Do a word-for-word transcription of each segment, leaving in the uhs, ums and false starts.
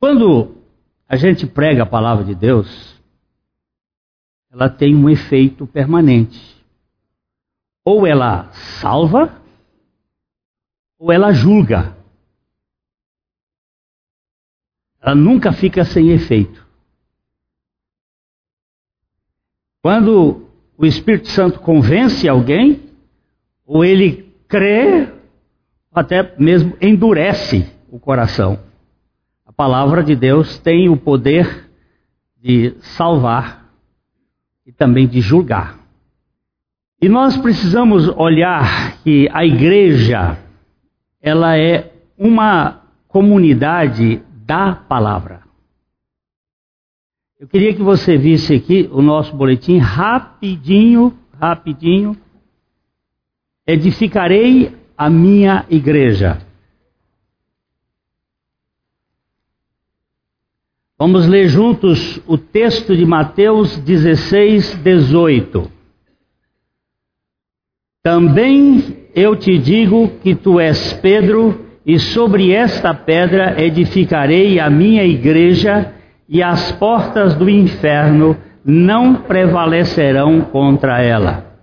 Quando a gente prega a palavra de Deus, ela tem um efeito permanente. Ou ela salva, ou ela julga. Ela nunca fica sem efeito. Quando o Espírito Santo convence alguém, ou ele crê, até mesmo endurece o coração. A palavra de Deus tem o poder de salvar e também de julgar. E nós precisamos olhar que a igreja, ela é uma comunidade da palavra. Eu queria que você visse aqui o nosso boletim rapidinho, rapidinho. Edificarei a minha igreja. Vamos ler juntos o texto de Mateus dezesseis, dezoito. Também eu te digo que tu és Pedro, e sobre esta pedra edificarei a minha igreja, e as portas do inferno não prevalecerão contra ela.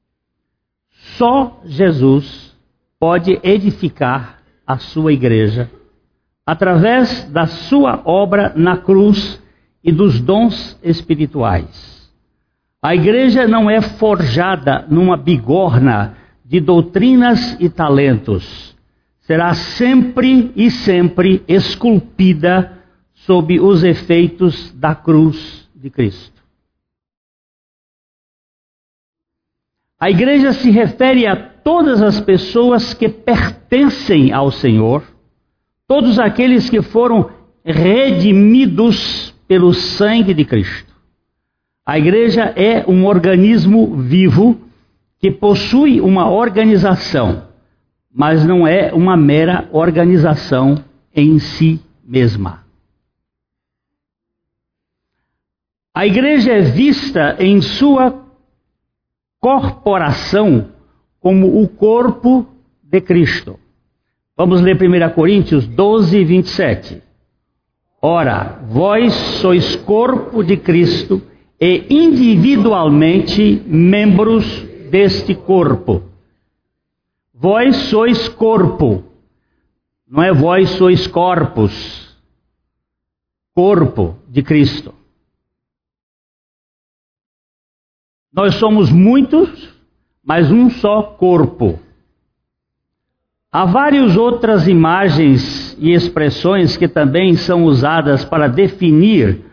Só Jesus pode edificar a sua igreja através da sua obra na cruz e dos dons espirituais. A igreja não é forjada numa bigorna de doutrinas e talentos. Será sempre e sempre esculpida sob os efeitos da cruz de Cristo. A igreja se refere a todas as pessoas que pertencem ao Senhor, todos aqueles que foram redimidos pelo sangue de Cristo. A igreja é um organismo vivo que possui uma organização, mas não é uma mera organização em si mesma. A igreja é vista em sua corporação como o corpo de Cristo. Vamos ler primeira Coríntios doze, vinte e sete. Ora, vós sois corpo de Cristo e individualmente membros deste corpo. Vós sois corpo, não é vós sois corpos, corpo de Cristo. Nós somos muitos, mas um só corpo. Há várias outras imagens e expressões que também são usadas para definir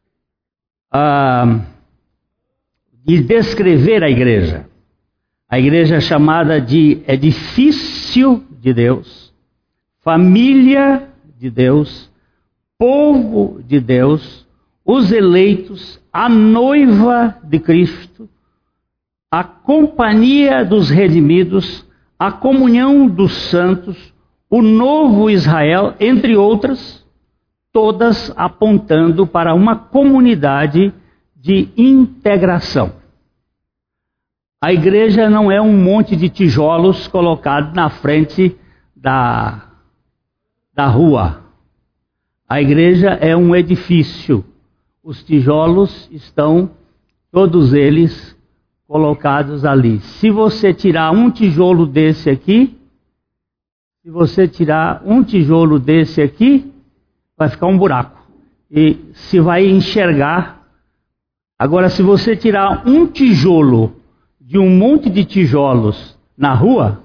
ah, e descrever a igreja. A igreja é chamada de edifício de Deus, família de Deus, povo de Deus, os eleitos, a noiva de Cristo, a companhia dos redimidos, a comunhão dos santos, o novo Israel, entre outras, todas apontando para uma comunidade de integração. A igreja não é um monte de tijolos colocados na frente da, da rua. A igreja é um edifício. Os tijolos estão, todos eles, colocados ali. Se você tirar um tijolo desse aqui, se você tirar um tijolo desse aqui, vai ficar um buraco. E se vai enxergar. Agora, se você tirar um tijolo de um monte de tijolos na rua,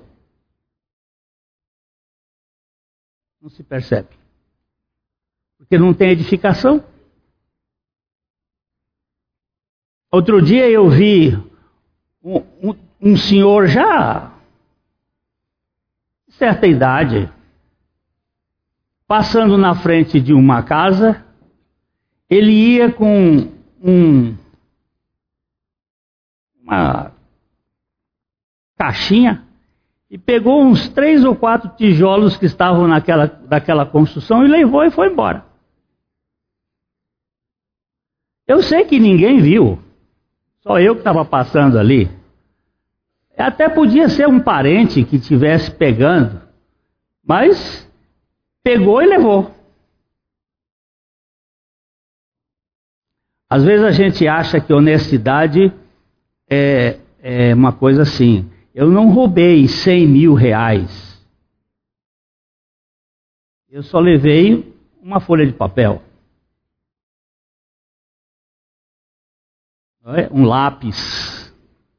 não se percebe. Porque não tem edificação. Outro dia eu vi um, um, um senhor já de certa idade passando na frente de uma casa. Ele ia com um, uma caixinha e pegou uns três ou quatro tijolos que estavam naquela, daquela construção e levou e foi embora. Eu sei que ninguém viu, só eu que estava passando ali. Até podia ser um parente que estivesse pegando, mas pegou e levou. Às vezes a gente acha que honestidade é, é uma coisa assim. Eu não roubei cem mil reais. Eu só levei uma folha de papel. Um lápis.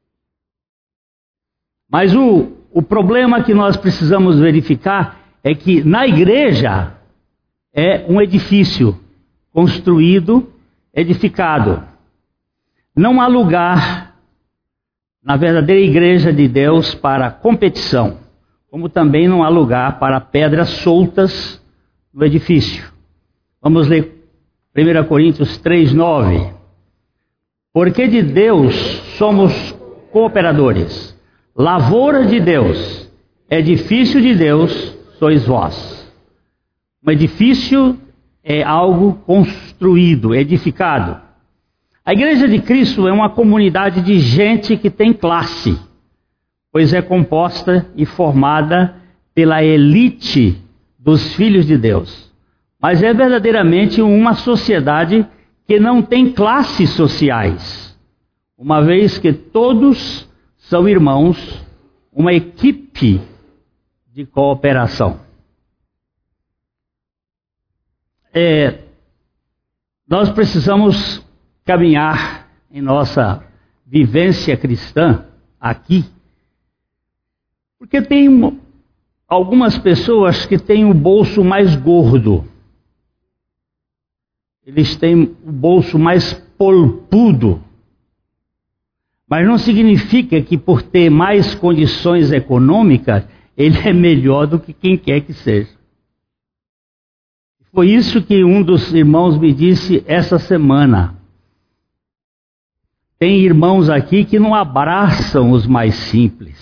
Mas o, o problema que nós precisamos verificar é que na igreja é um edifício construído, edificado. Não há lugar na verdadeira igreja de Deus para competição, como também não há lugar para pedras soltas no edifício. Vamos ler primeira Coríntios três, nove. Porque de Deus somos cooperadores, lavoura de Deus, edifício de Deus sois vós. Um edifício é algo construído, edificado. A igreja de Cristo é uma comunidade de gente que tem classe, pois é composta e formada pela elite dos filhos de Deus. Mas é verdadeiramente uma sociedade que não tem classes sociais, uma vez que todos são irmãos, uma equipe de cooperação. É, nós precisamos caminhar em nossa vivência cristã aqui, porque tem algumas pessoas que têm o bolso mais gordo. Eles têm o bolso mais polpudo. Mas não significa que por ter mais condições econômicas, ele é melhor do que quem quer que seja. Foi isso que um dos irmãos me disse essa semana. Tem irmãos aqui que não abraçam os mais simples.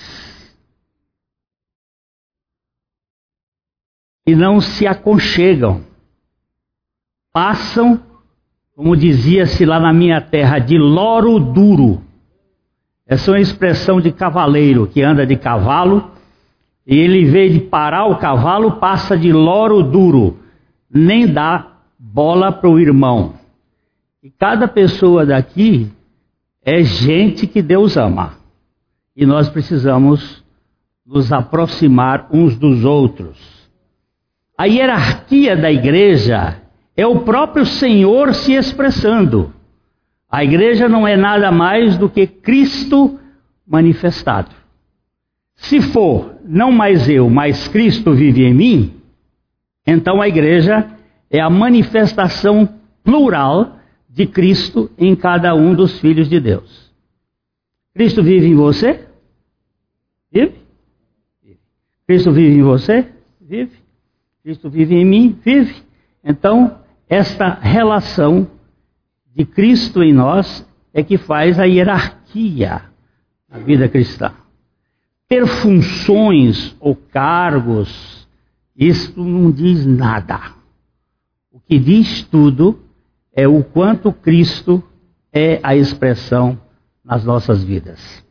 E não se aconchegam. Passam, como dizia-se lá na minha terra, de loro duro. Essa é uma expressão de cavaleiro, que anda de cavalo, e ele, em vez de parar o cavalo, passa de loro duro, nem dá bola para o irmão. E cada pessoa daqui é gente que Deus ama. E nós precisamos nos aproximar uns dos outros. A hierarquia da igreja é o próprio Senhor se expressando. A igreja não é nada mais do que Cristo manifestado. Se for não mais eu, mas Cristo vive em mim, então a igreja é a manifestação plural de Cristo em cada um dos filhos de Deus. Cristo vive em você? Vive? Cristo vive em você? Vive. Cristo vive em mim? Vive. Então, esta relação de Cristo em nós é que faz a hierarquia da vida cristã. Ter funções ou cargos, isso não diz nada. O que diz tudo é o quanto Cristo é a expressão nas nossas vidas.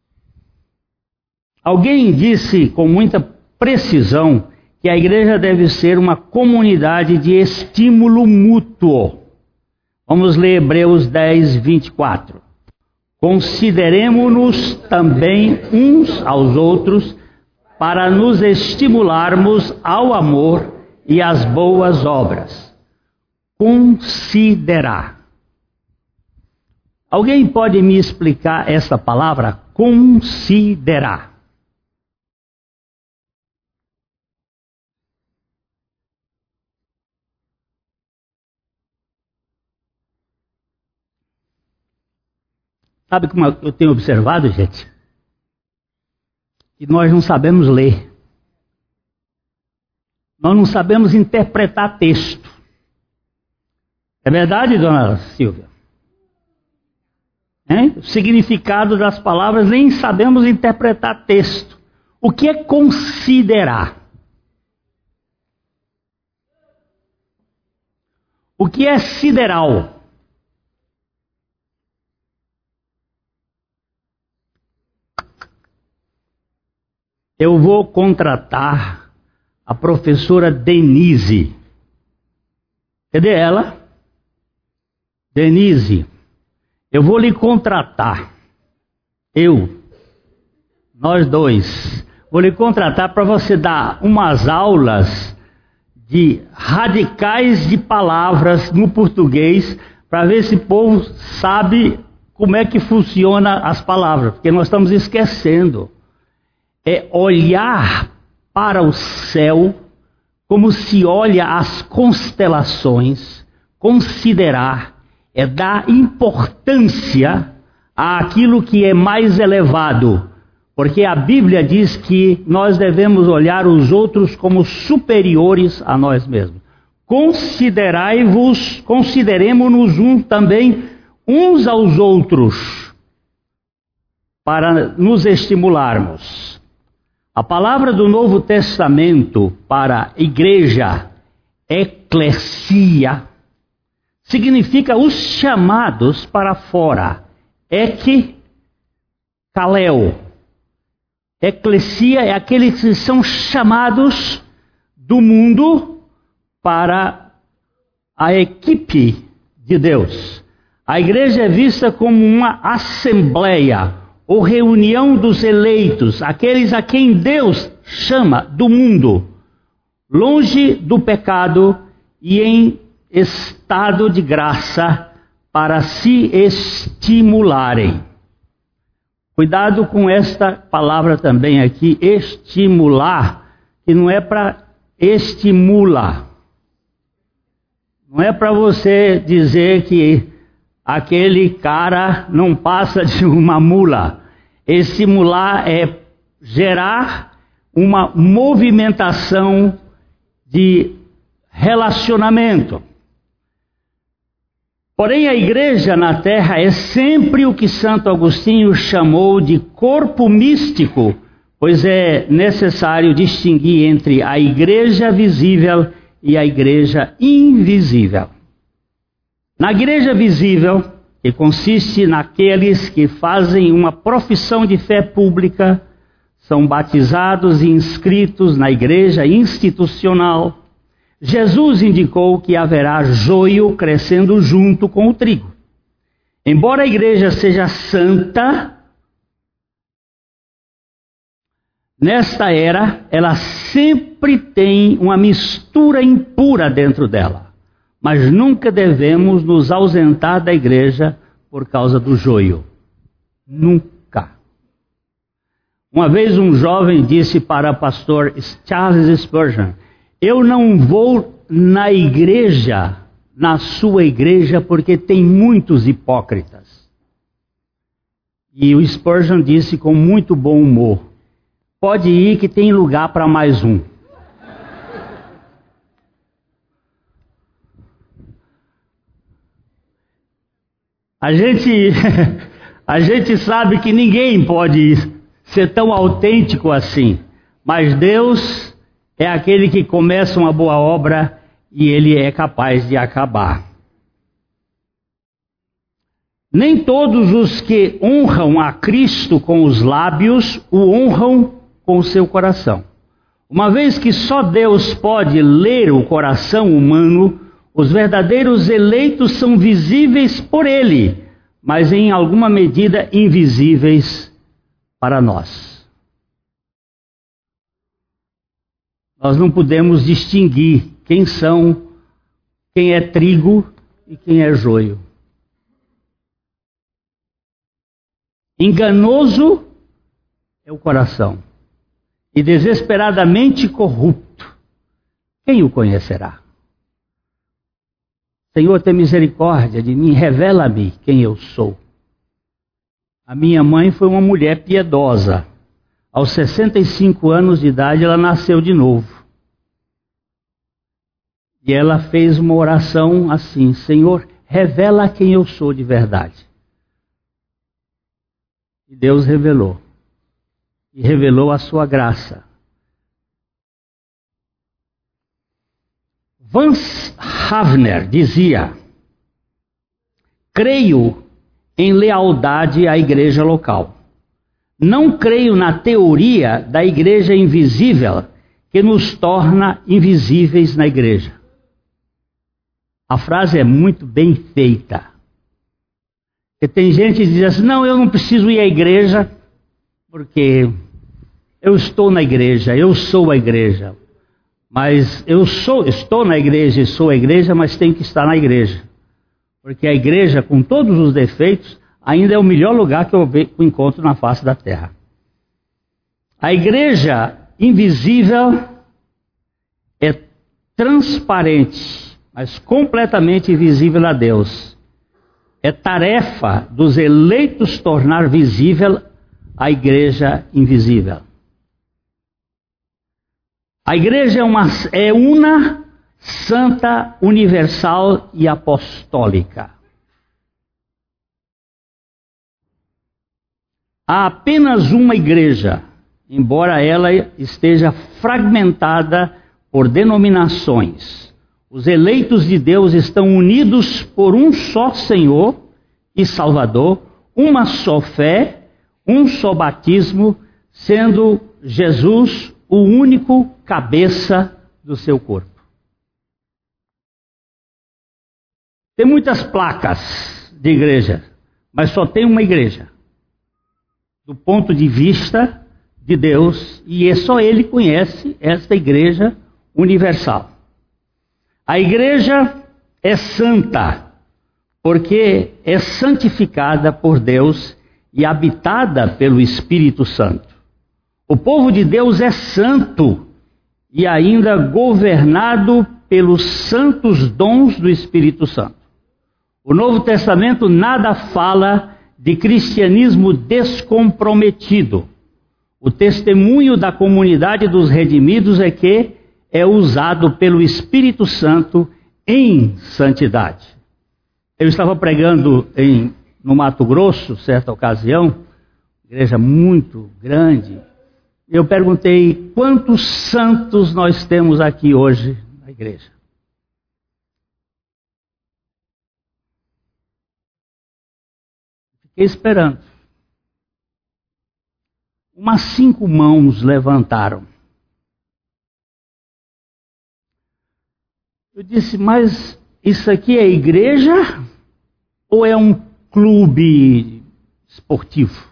Alguém disse com muita precisão que a igreja deve ser uma comunidade de estímulo mútuo. Vamos ler Hebreus dez, vinte e quatro. Consideremo-nos também uns aos outros para nos estimularmos ao amor e às boas obras. Considerar. Alguém pode me explicar essa palavra? Considerar. Sabe como eu tenho observado, gente? Que nós não sabemos ler. Nós não sabemos interpretar texto. É verdade, dona Silvia? Hein? O significado das palavras nem sabemos interpretar texto. O que é considerar? O que é sideral? Eu vou contratar a professora Denise. Cadê ela? Denise. Eu vou lhe contratar. Eu, nós dois, vou lhe contratar para você dar umas aulas de radicais de palavras no português, para ver se o povo sabe como é que funciona as palavras, porque nós estamos esquecendo. É olhar para o céu como se olha as constelações, considerar, é dar importância àquilo que é mais elevado, porque a Bíblia diz que nós devemos olhar os outros como superiores a nós mesmos. Considerai-vos, consideremo-nos um também uns aos outros, para nos estimularmos. A palavra do Novo Testamento para igreja, eclesia, significa os chamados para fora. Ek, kaleo. Eclesia é aqueles que são chamados do mundo para a equipe de Deus. A igreja é vista como uma assembleia ou reunião dos eleitos, aqueles a quem Deus chama do mundo, longe do pecado e em estado de graça, para se estimularem. Cuidado com esta palavra também aqui, estimular, que não é para estimular. Não é para você dizer que aquele cara não passa de uma mula. Estimular é gerar uma movimentação de relacionamento. Porém, a igreja na terra é sempre o que Santo Agostinho chamou de corpo místico, pois é necessário distinguir entre a igreja visível e a igreja invisível. Na igreja visível, que consiste naqueles que fazem uma profissão de fé pública, são batizados e inscritos na igreja institucional, Jesus indicou que haverá joio crescendo junto com o trigo. Embora a igreja seja santa, nesta era, ela sempre tem uma mistura impura dentro dela. Mas nunca devemos nos ausentar da igreja por causa do joio. Nunca. Uma vez um jovem disse para o pastor Charles Spurgeon: eu não vou na igreja, na sua igreja, porque tem muitos hipócritas. E o Spurgeon disse com muito bom humor: pode ir que tem lugar para mais um. A gente, a gente sabe que ninguém pode ser tão autêntico assim, mas Deus é aquele que começa uma boa obra e Ele é capaz de acabar. Nem todos os que honram a Cristo com os lábios o honram com o seu coração. Uma vez que só Deus pode ler o coração humano, os verdadeiros eleitos são visíveis por Ele, mas em alguma medida invisíveis para nós. Nós não podemos distinguir quem são, quem é trigo e quem é joio. Enganoso é o coração e desesperadamente corrupto. Quem o conhecerá? Senhor, tem misericórdia de mim, revela-me quem eu sou. A minha mãe foi uma mulher piedosa. Aos sessenta e cinco anos de idade, ela nasceu de novo. E ela fez uma oração assim: Senhor, revela quem eu sou de verdade. E Deus revelou. E revelou a sua graça. Vance Havner dizia: creio em lealdade à igreja local. Não creio na teoria da igreja invisível que nos torna invisíveis na igreja. A frase é muito bem feita. Porque tem gente que diz assim, não, eu não preciso ir à igreja, porque eu estou na igreja, eu sou a igreja. Mas eu sou, estou na igreja e sou a igreja, mas tenho que estar na igreja. Porque a igreja, com todos os defeitos, ainda é o melhor lugar que eu encontro na face da terra. A igreja invisível é transparente, mas completamente invisível a Deus. É tarefa dos eleitos tornar visível a igreja invisível. A igreja é uma, é una, santa, universal e apostólica. Há apenas uma igreja, embora ela esteja fragmentada por denominações. Os eleitos de Deus estão unidos por um só Senhor e Salvador, uma só fé, um só batismo, sendo Jesus o único cabeça do seu corpo. Tem muitas placas de igreja, mas só tem uma igreja. Do ponto de vista de Deus, e é só Ele conhece esta igreja universal. A igreja é santa, porque é santificada por Deus e habitada pelo Espírito Santo. O povo de Deus é santo e ainda governado pelos santos dons do Espírito Santo. O Novo Testamento nada fala de cristianismo descomprometido. O testemunho da comunidade dos redimidos é que é usado pelo Espírito Santo em santidade. Eu estava pregando em, no Mato Grosso, certa ocasião, igreja muito grande. Eu perguntei quantos santos nós temos aqui hoje na igreja. Fiquei esperando. Umas cinco mãos levantaram. Eu disse, mas isso aqui é igreja ou é um clube esportivo?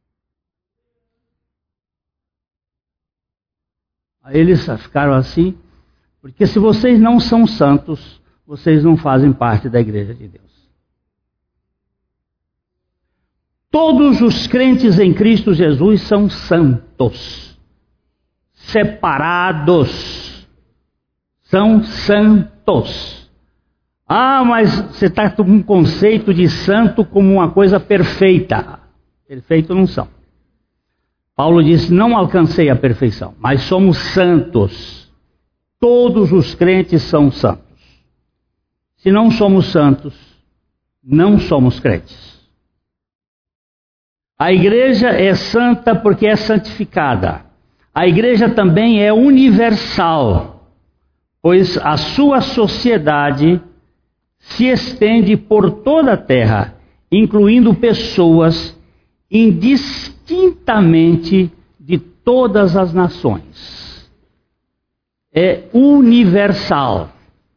Aí eles ficaram assim, porque se vocês não são santos, vocês não fazem parte da igreja de Deus. Todos os crentes em Cristo Jesus são santos, separados, são santos. Ah, mas você está com um conceito de santo como uma coisa perfeita. Perfeito não são. Paulo disse, não alcancei a perfeição, mas somos santos. Todos os crentes são santos. Se não somos santos, não somos crentes. A igreja é santa porque é santificada. A igreja também é universal, pois a sua sociedade se estende por toda a terra, incluindo pessoas indistintamente de todas as nações. É universal.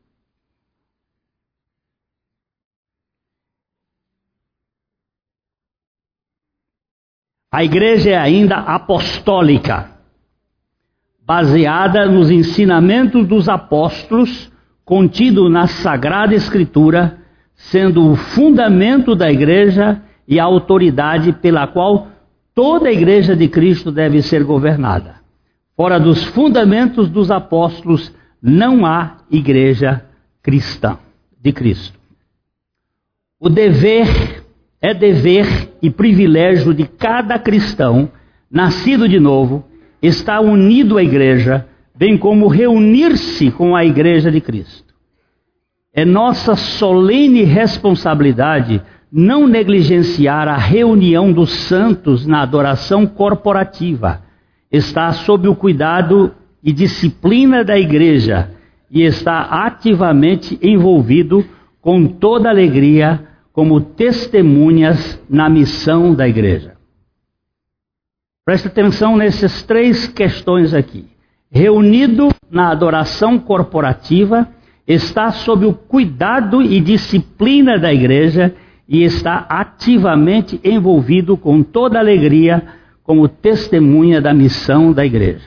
A igreja é ainda apostólica, baseada nos ensinamentos dos apóstolos, contido na Sagrada Escritura, sendo o fundamento da igreja e a autoridade pela qual toda a igreja de Cristo deve ser governada. Fora dos fundamentos dos apóstolos, não há igreja cristã de Cristo. O dever é dever e privilégio de cada cristão, nascido de novo, estar unido à igreja, bem como reunir-se com a igreja de Cristo. É nossa solene responsabilidade não negligenciar a reunião dos santos na adoração corporativa. Está sob o cuidado e disciplina da igreja e está ativamente envolvido com toda alegria como testemunhas na missão da igreja. Preste atenção nessas três questões aqui. Reunido na adoração corporativa, está sob o cuidado e disciplina da igreja e está ativamente envolvido com toda alegria como testemunha da missão da igreja.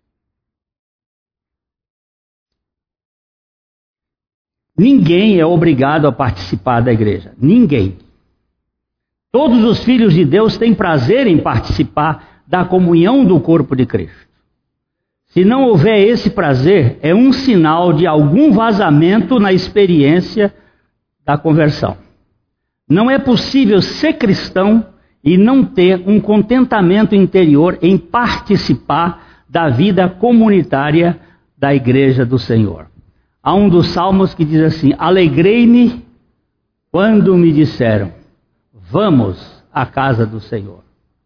Ninguém é obrigado a participar da igreja. Ninguém. Todos os filhos de Deus têm prazer em participar da comunhão do corpo de Cristo. Se não houver esse prazer, é um sinal de algum vazamento na experiência da conversão. Não é possível ser cristão e não ter um contentamento interior em participar da vida comunitária da igreja do Senhor. Há um dos salmos que diz assim: alegrei-me quando me disseram, vamos à casa do Senhor.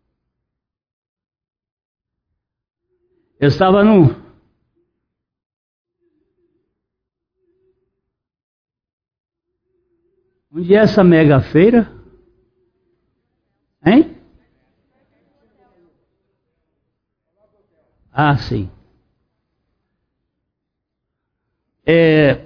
Eu estava num... Onde é essa mega feira? Hein? Ah, sim. É,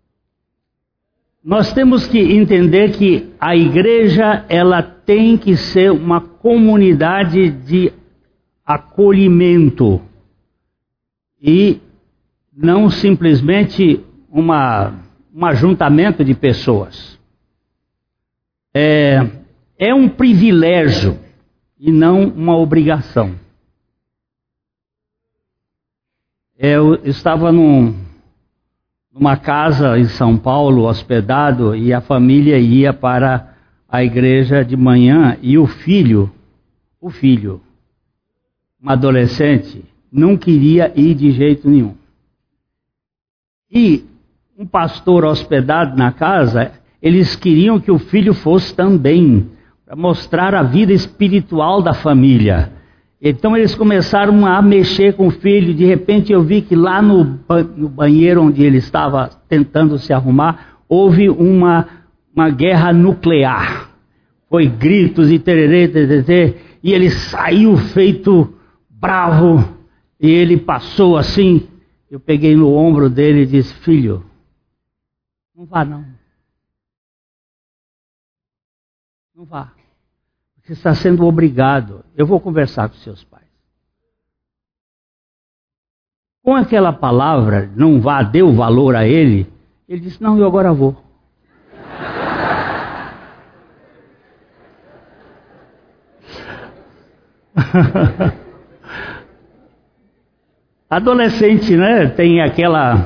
nós temos que entender que a igreja ela tem que ser uma comunidade de acolhimento e não simplesmente uma, um ajuntamento de pessoas. É, é um privilégio e não uma obrigação. Eu estava num, numa casa em São Paulo, hospedado, e a família ia para a igreja de manhã e o filho, o filho, um adolescente, não queria ir de jeito nenhum. E um pastor hospedado na casa, eles queriam que o filho fosse também, para mostrar a vida espiritual da família. Então eles começaram a mexer com o filho. De repente eu vi que lá no, ba- no banheiro onde ele estava tentando se arrumar, houve uma, uma guerra nuclear. Foi gritos e tererê, tererê, e ele saiu feito bravo, e ele passou assim. Eu peguei no ombro dele e disse: filho, não vá não. Não vá. Você está sendo obrigado. Eu vou conversar com seus pais. Com aquela palavra, não vá, deu valor a ele, ele disse: não, eu agora vou. Adolescente, né? Tem aquela...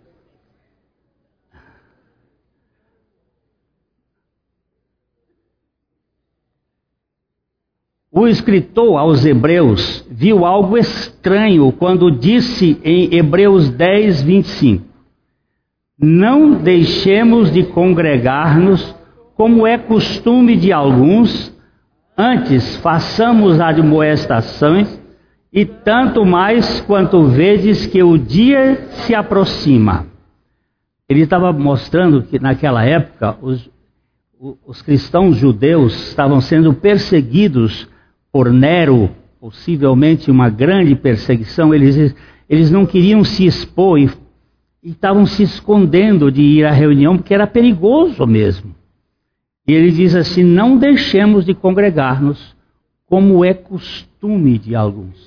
O escritor aos Hebreus viu algo estranho quando disse em Hebreus dez, vinte e cinco: não deixemos de congregar-nos, como é costume de alguns, antes façamos admoestações, e tanto mais quanto vedes que o dia se aproxima. Ele estava mostrando que naquela época os, os cristãos judeus estavam sendo perseguidos por Nero, possivelmente uma grande perseguição. Eles, eles não queriam se expor e, e estavam se escondendo de ir à reunião, porque era perigoso mesmo. E ele diz assim: não deixemos de congregar-nos, como é costume de alguns.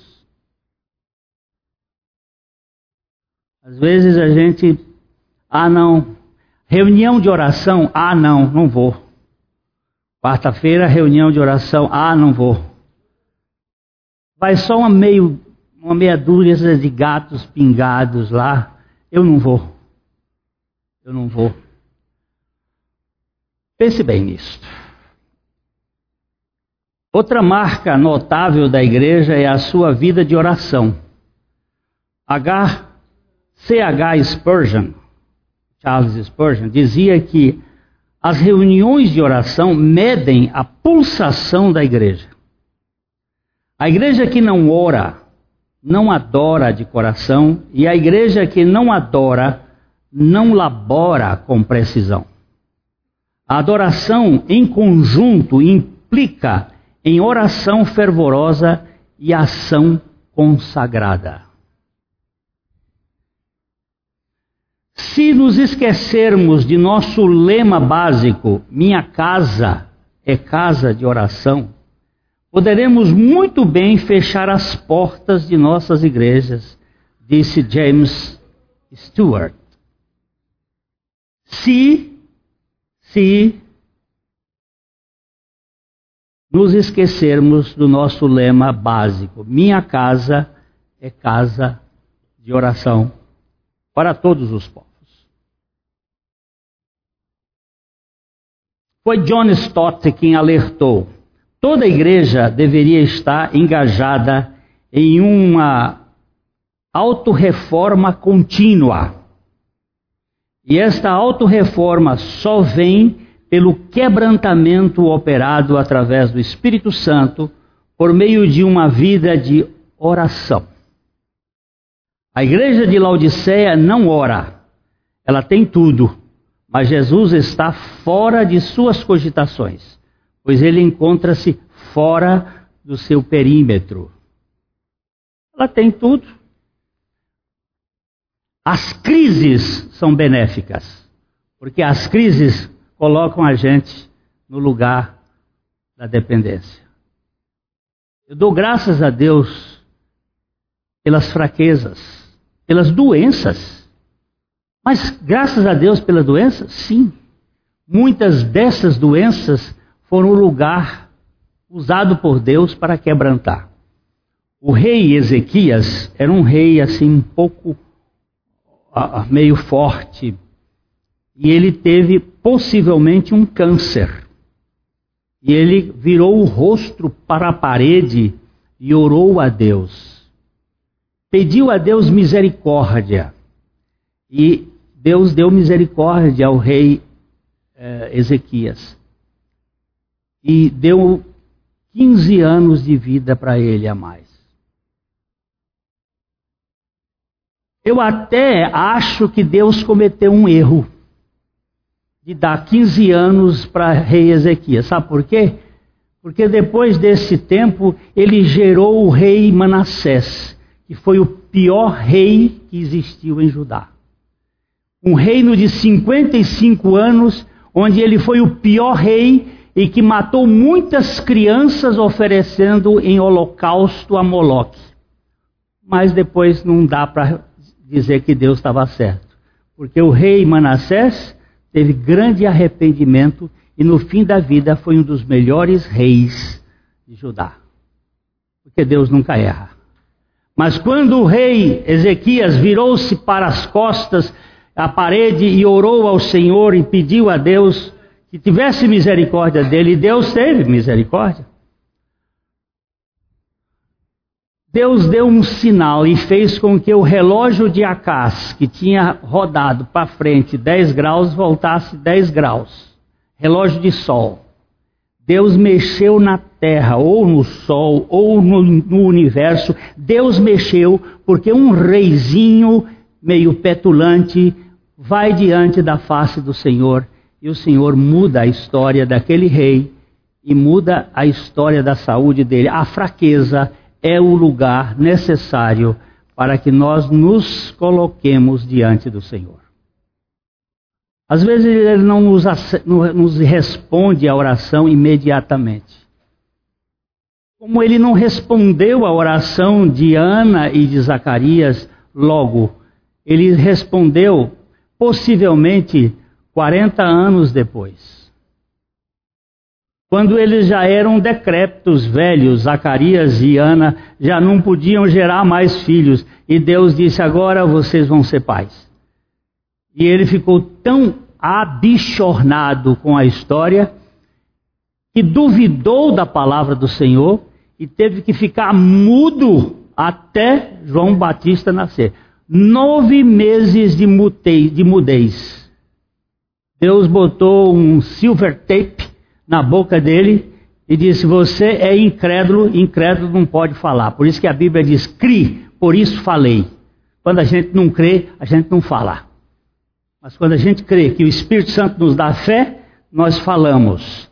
Às vezes a gente, ah não, reunião de oração, ah não, não vou. Quarta-feira, reunião de oração, ah não vou. Vai só uma, meio, uma meia dúzia de gatos pingados lá. Eu não vou. Eu não vou. Pense bem nisso. Outra marca notável da igreja é a sua vida de oração. H. C H. Spurgeon, Charles Spurgeon, dizia que as reuniões de oração medem a pulsação da igreja. A igreja que não ora, não adora de coração, e a igreja que não adora, não labora com precisão. A adoração em conjunto implica em oração fervorosa e ação consagrada. Se nos esquecermos de nosso lema básico, minha casa é casa de oração, poderemos muito bem fechar as portas de nossas igrejas, disse James Stewart. Se, se nos esquecermos do nosso lema básico, minha casa é casa de oração para todos os povos. Foi John Stott quem alertou. Toda igreja deveria estar engajada em uma autorreforma contínua. E esta autorreforma só vem pelo quebrantamento operado através do Espírito Santo por meio de uma vida de oração. A igreja de Laodiceia não ora, ela tem tudo, mas Jesus está fora de suas cogitações, pois ele encontra-se fora do seu perímetro. Ela tem tudo. As crises são benéficas, porque as crises colocam a gente no lugar da dependência. Eu dou graças a Deus pelas fraquezas, pelas doenças. Mas graças a Deus pelas doenças, sim. Muitas dessas doenças foram o lugar usado por Deus para quebrantar. O rei Ezequias era um rei assim um pouco uh, meio forte. E ele teve possivelmente um câncer. E ele virou o rosto para a parede e orou a Deus. Pediu a Deus misericórdia. E Deus deu misericórdia ao rei eh, Ezequias. E deu quinze anos de vida para ele a mais. Eu até acho que Deus cometeu um erro de dar quinze anos para rei Ezequias. Sabe por quê? Porque depois desse tempo ele gerou o rei Manassés, que foi o pior rei que existiu em Judá. Um reino de cinquenta e cinco anos, onde ele foi o pior rei e que matou muitas crianças oferecendo em holocausto a Moloque. Mas depois não dá para dizer que Deus estava certo, porque o rei Manassés teve grande arrependimento e no fim da vida foi um dos melhores reis de Judá. Porque Deus nunca erra. Mas quando o rei Ezequias virou-se para as costas à parede e orou ao Senhor e pediu a Deus que tivesse misericórdia dele, e Deus teve misericórdia. Deus deu um sinal e fez com que o relógio de Acás, que tinha rodado para frente dez graus, voltasse dez graus. Relógio de sol. Deus mexeu na terra, ou no sol, ou no, no universo. Deus mexeu porque um reizinho meio petulante vai diante da face do Senhor. E o Senhor muda a história daquele rei e muda a história da saúde dele. A fraqueza é o lugar necessário para que nós nos coloquemos diante do Senhor. Às vezes ele não nos, nos responde a oração imediatamente. Como ele não respondeu a oração de Ana e de Zacarias logo, ele respondeu possivelmente quarenta anos depois. Quando eles já eram decrépitos, velhos, Zacarias e Ana já não podiam gerar mais filhos. E Deus disse, agora vocês vão ser pais. E ele ficou tão abichornado com a história, que duvidou da palavra do Senhor e teve que ficar mudo até João Batista nascer. Nove meses de mudez. Deus botou um silver tape na boca dele e disse, você é incrédulo, incrédulo não pode falar. Por isso que a Bíblia diz, crie, por isso falei. Quando a gente não crê, a gente não fala. Mas quando a gente crê que o Espírito Santo nos dá fé, nós falamos.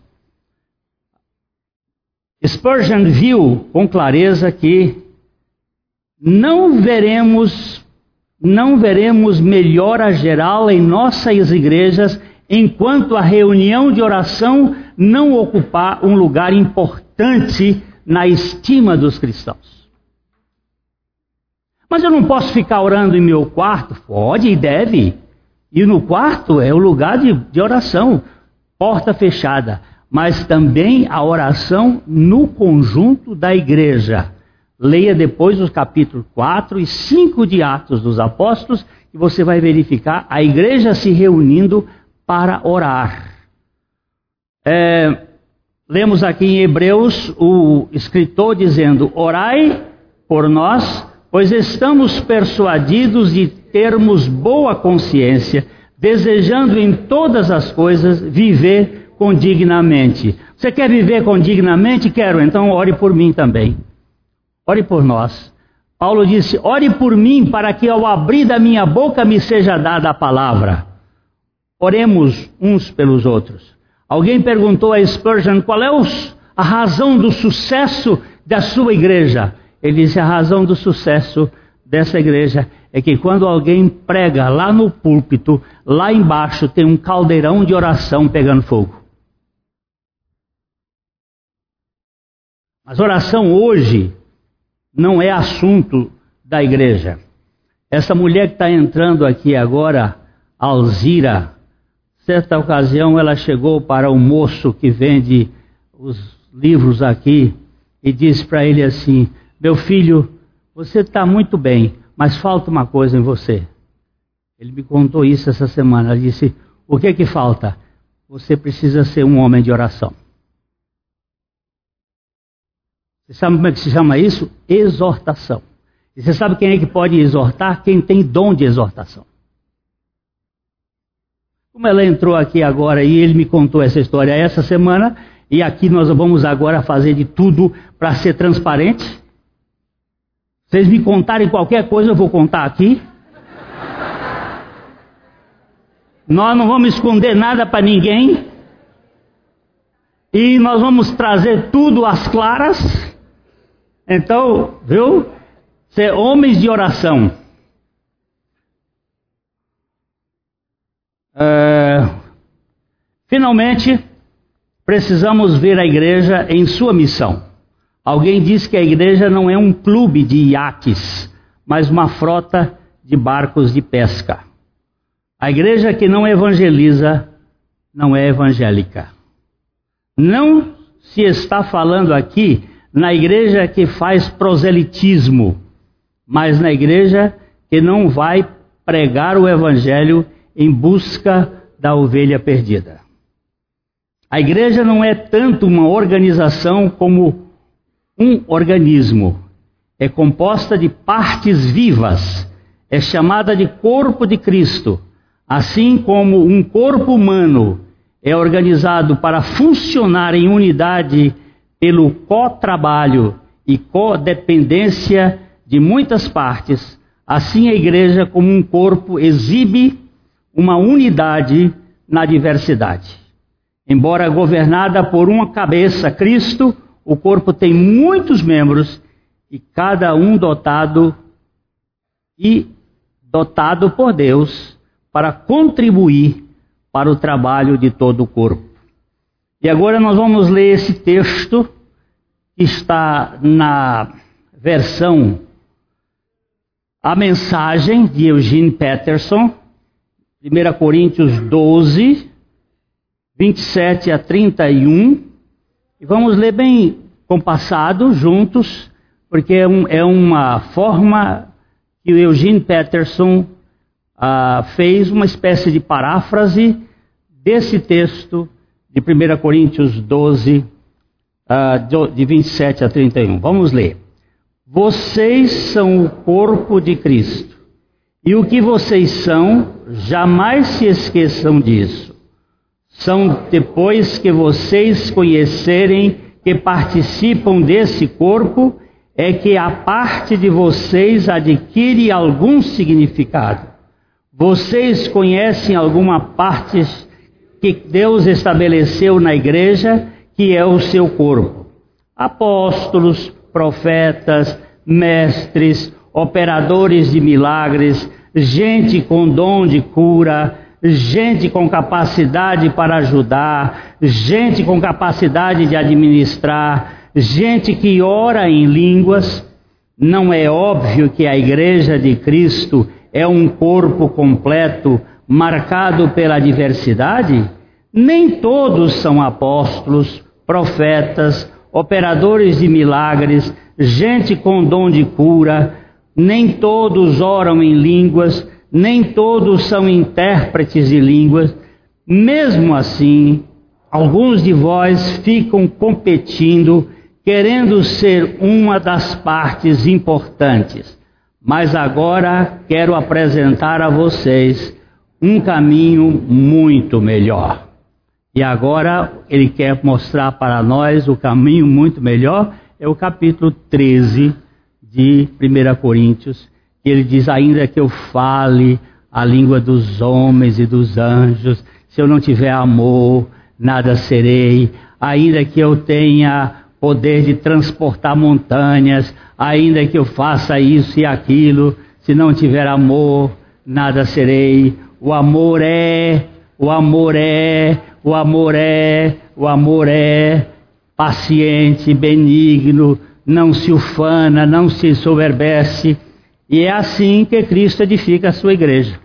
Spurgeon viu com clareza que não veremos, não veremos melhora geral em nossas igrejas enquanto a reunião de oração não ocupar um lugar importante na estima dos cristãos. Mas eu não posso ficar orando em meu quarto? Pode e deve. E no quarto é o lugar de, de oração, porta fechada. Mas também a oração no conjunto da igreja. Leia depois os capítulos quatro e cinco de Atos dos Apóstolos, e você vai verificar a igreja se reunindo para orar. É, lemos aqui em Hebreus o escritor dizendo: orai por nós, pois estamos persuadidos de termos boa consciência, desejando em todas as coisas viver condignamente. Você quer viver condignamente? Quero, então ore por mim também. Ore por nós. Paulo disse: ore por mim para que ao abrir da minha boca me seja dada a palavra. Oremos uns pelos outros. Alguém perguntou a Spurgeon qual é os, a razão do sucesso da sua igreja. Ele disse: a razão do sucesso dessa igreja é que quando alguém prega lá no púlpito, lá embaixo tem um caldeirão de oração pegando fogo. Mas oração hoje não é assunto da igreja. Essa mulher que está entrando aqui agora, Alzira, certa ocasião ela chegou para o moço que vende os livros aqui e disse para ele assim: meu filho, você está muito bem, mas falta uma coisa em você. Ele me contou isso essa semana. Ele disse: o que é que falta? Você precisa ser um homem de oração. Você sabe como é que se chama isso? Exortação. E você sabe quem é que pode exortar? Quem tem dom de exortação. Como ela entrou aqui agora e ele me contou essa história essa semana, e aqui nós vamos agora fazer de tudo para ser transparente. Vocês me contarem qualquer coisa, eu vou contar aqui. Nós não vamos esconder nada para ninguém. E nós vamos trazer tudo às claras. Então, viu? Ser homens de oração. É, finalmente, precisamos ver a igreja em sua missão. Alguém disse que a igreja não é um clube de iates, mas uma frota de barcos de pesca. A igreja que não evangeliza não é evangélica. Não se está falando aqui na igreja que faz proselitismo, mas na igreja que não vai pregar o evangelho em busca da ovelha perdida. A igreja não é tanto uma organização como um organismo. É composta de partes vivas. É chamada de corpo de Cristo. Assim como um corpo humano é organizado para funcionar em unidade pelo co-trabalho e co-dependência de muitas partes, assim a igreja como um corpo exibe uma unidade na diversidade. Embora governada por uma cabeça, Cristo, o corpo tem muitos membros e cada um dotado e dotado por Deus para contribuir para o trabalho de todo o corpo. E agora nós vamos ler esse texto que está na versão A Mensagem de Eugene Peterson, primeira Coríntios doze, vinte e sete a trinta e um, e vamos ler bem compassado, juntos, porque é, um, é uma forma que o Eugene Peterson ah, fez uma espécie de paráfrase desse texto de primeira Coríntios doze, uh, de vinte e sete a trinta e um. Vamos ler. Vocês são o corpo de Cristo, e o que vocês são, jamais se esqueçam disso. São depois que vocês conhecerem que participam desse corpo, é que a parte de vocês adquire algum significado. Vocês conhecem alguma parte que Deus estabeleceu na igreja, que é o seu corpo. Apóstolos, profetas, mestres, operadores de milagres, gente com dom de cura, gente com capacidade para ajudar, gente com capacidade de administrar, gente que ora em línguas. Não é óbvio que a Igreja de Cristo é um corpo completo, marcado pela diversidade? Nem todos são apóstolos, profetas, operadores de milagres, gente com dom de cura, nem todos oram em línguas, nem todos são intérpretes de línguas. Mesmo assim, alguns de vós ficam competindo, querendo ser uma das partes importantes. Mas agora quero apresentar a vocês um caminho muito melhor. E agora ele quer mostrar para nós o caminho muito melhor, é o capítulo treze de primeira Coríntios. Ele diz: ainda que eu fale a língua dos homens e dos anjos, se eu não tiver amor, nada serei. Ainda que eu tenha poder de transportar montanhas, ainda que eu faça isso e aquilo, se não tiver amor, nada serei. O amor é, o amor é, o amor é, o amor é paciente, benigno, não se ufana, não se soberbece. E é assim que Cristo edifica a sua igreja.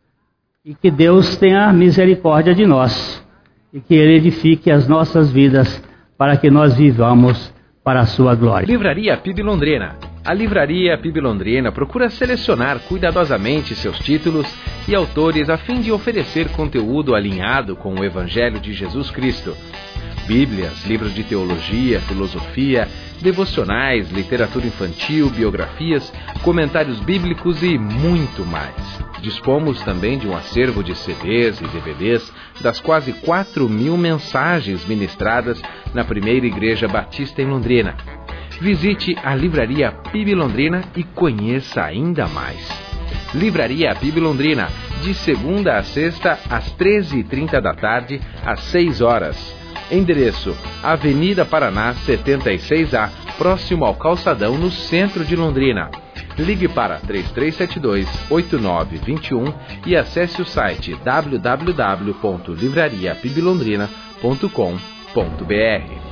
E que Deus tenha misericórdia de nós, e que Ele edifique as nossas vidas, para que nós vivamos para a sua glória. Livraria P I B Londrina. A Livraria P I B Londrina procura selecionar cuidadosamente seus títulos e autores a fim de oferecer conteúdo alinhado com o Evangelho de Jesus Cristo. Bíblias, livros de teologia, filosofia, devocionais, literatura infantil, biografias, comentários bíblicos e muito mais. Dispomos também de um acervo de C Ds e D V Ds das quase quatro mil mensagens ministradas na primeira Igreja Batista em Londrina. Visite a Livraria P I B Londrina e conheça ainda mais. Livraria P I B Londrina, de segunda a sexta, às treze e trinta da tarde, às seis horas. Endereço: Avenida Paraná setenta e seis A, próximo ao Calçadão, no centro de Londrina. Ligue para três três sete dois, oito nove dois um e acesse o site w w w ponto livraria p i b londrina ponto com ponto b r.